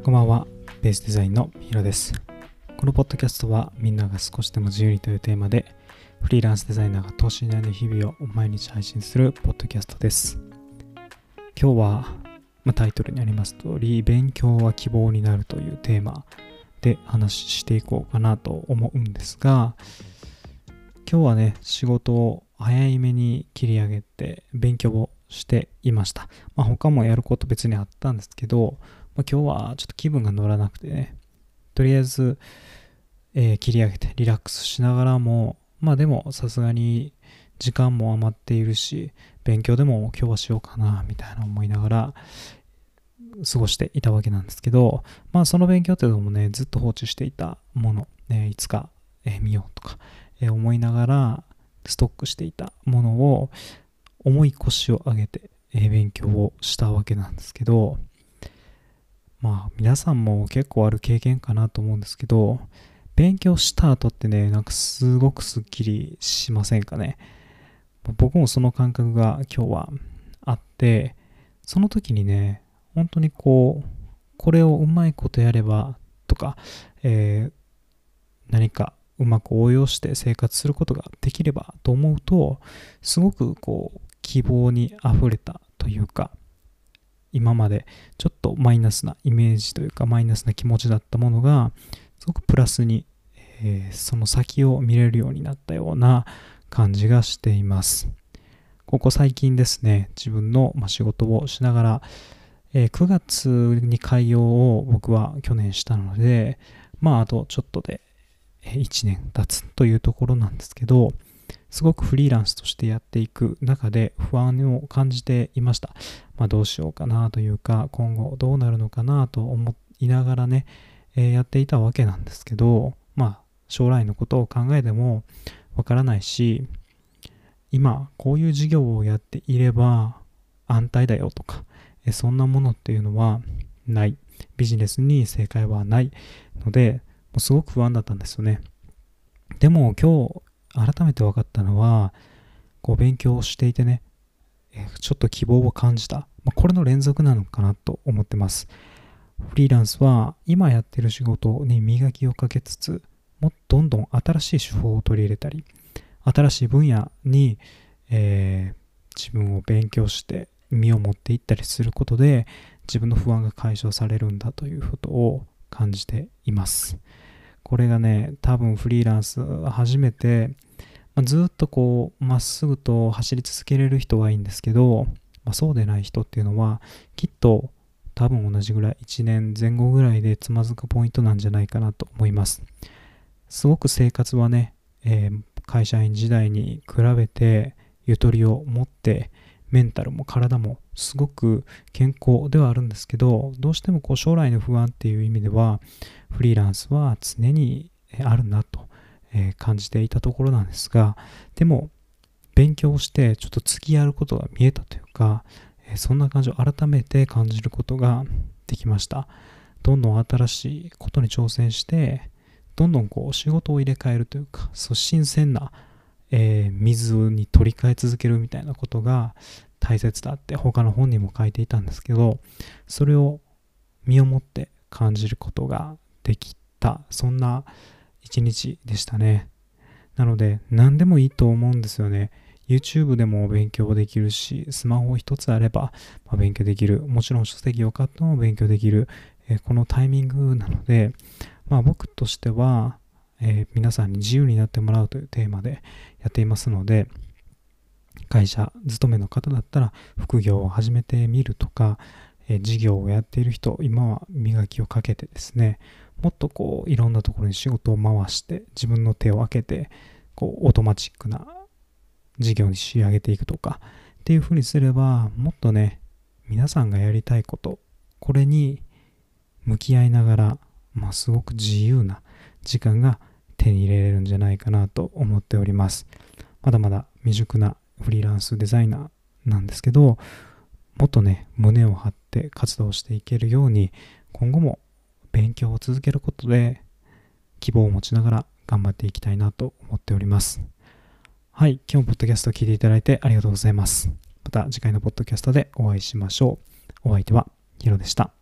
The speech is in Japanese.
こんばんは、ベースデザインのヒロです。このポッドキャストはみんなが少しでも自由にというテーマでフリーランスデザイナーが等身大の日々を毎日配信するポッドキャストです。今日は、タイトルにあります通り、勉強は希望になるというテーマで話していこうかなと思うんですが、今日はね、仕事を早いめに切り上げて勉強をしていました。他もやること別にあったんですけど、今日はちょっと気分が乗らなくてね、とりあえず、切り上げてリラックスしながらも、でもさすがに時間も余っているし、勉強でも今日はしようかなみたいな思いながら過ごしていたわけなんですけど、その勉強っていうのもね、ずっと放置していたもの、いつか見ようとか思いながらストックしていたものを重い腰を上げて勉強をしたわけなんですけど、皆さんも結構ある経験かなと思うんですけど、勉強した後ってね、すごくスッキリしませんかね。僕もその感覚が今日はあって、その時にね、本当にこれをうまいことやればとか、何かうまく応用して生活することができればと思うと、すごく希望にあふれたというか、今までちょっとマイナスなイメージというかマイナスな気持ちだったものがすごくプラスに、その先を見れるようになったような感じがしています。ここ最近ですね、自分の仕事をしながら、9月に開業を僕は去年したので、あとちょっとで1年経つというところなんですけど、すごくフリーランスとしてやっていく中で不安を感じていました。どうしようかなというか、今後どうなるのかなと思いながらね、やっていたわけなんですけど、将来のことを考えてもわからないし、今こういう事業をやっていれば安泰だよとか、そんなものっていうのはない。ビジネスに正解はないので、すごく不安だったんですよね。でも今日改めて分かったのは、勉強をしていてね、ちょっと希望を感じた。これの連続なのかなと思ってます。フリーランスは今やってる仕事に磨きをかけつつ、もっとどんどん新しい手法を取り入れたり、新しい分野に、自分を勉強して身を持っていったりすることで、自分の不安が解消されるんだということを感じています。これがね、多分フリーランス初めて、ずっとまっすぐと走り続けれる人はいいんですけど、そうでない人っていうのはきっと多分同じぐらい1年前後ぐらいでつまずくポイントなんじゃないかなと思います。すごく生活はね、会社員時代に比べてゆとりを持ってメンタルも体もすごく健康ではあるんですけど、どうしても将来の不安っていう意味ではフリーランスは常にあるなと感じていたところなんですが、でも勉強してちょっと次やることが見えたというか、そんな感じを改めて感じることができました。どんどん新しいことに挑戦して、どんどん仕事を入れ替えるというか、新鮮な、水に取り替え続けるみたいなことが大切だって他の本にも書いていたんですけど、それを身をもって感じることができた、そんな一日でしたね。なので何でもいいと思うんですよね。YouTube でも勉強できるし、スマホ一つあれば勉強できる。もちろん書籍を買っても勉強できる。このタイミングなので、僕としては、皆さんに自由になってもらうというテーマでやっていますので、会社勤めの方だったら副業を始めてみるとか、事業をやっている人、今は磨きをかけてですね、もっといろんなところに仕事を回して自分の手を空けてオートマチックな事業に仕上げていくとかっていうふうにすれば、もっとね、皆さんがやりたいこと、これに向き合いながら、すごく自由な時間が手に入れれるんじゃないかなと思っております。まだまだ未熟なフリーランスデザイナーなんですけど、もっとね、胸を張って活動していけるように、今後も勉強を続けることで希望を持ちながら頑張っていきたいなと思っております。はい、今日もポッドキャストを聞いていただいてありがとうございます。また次回のポッドキャストでお会いしましょう。お相手はヒロでした。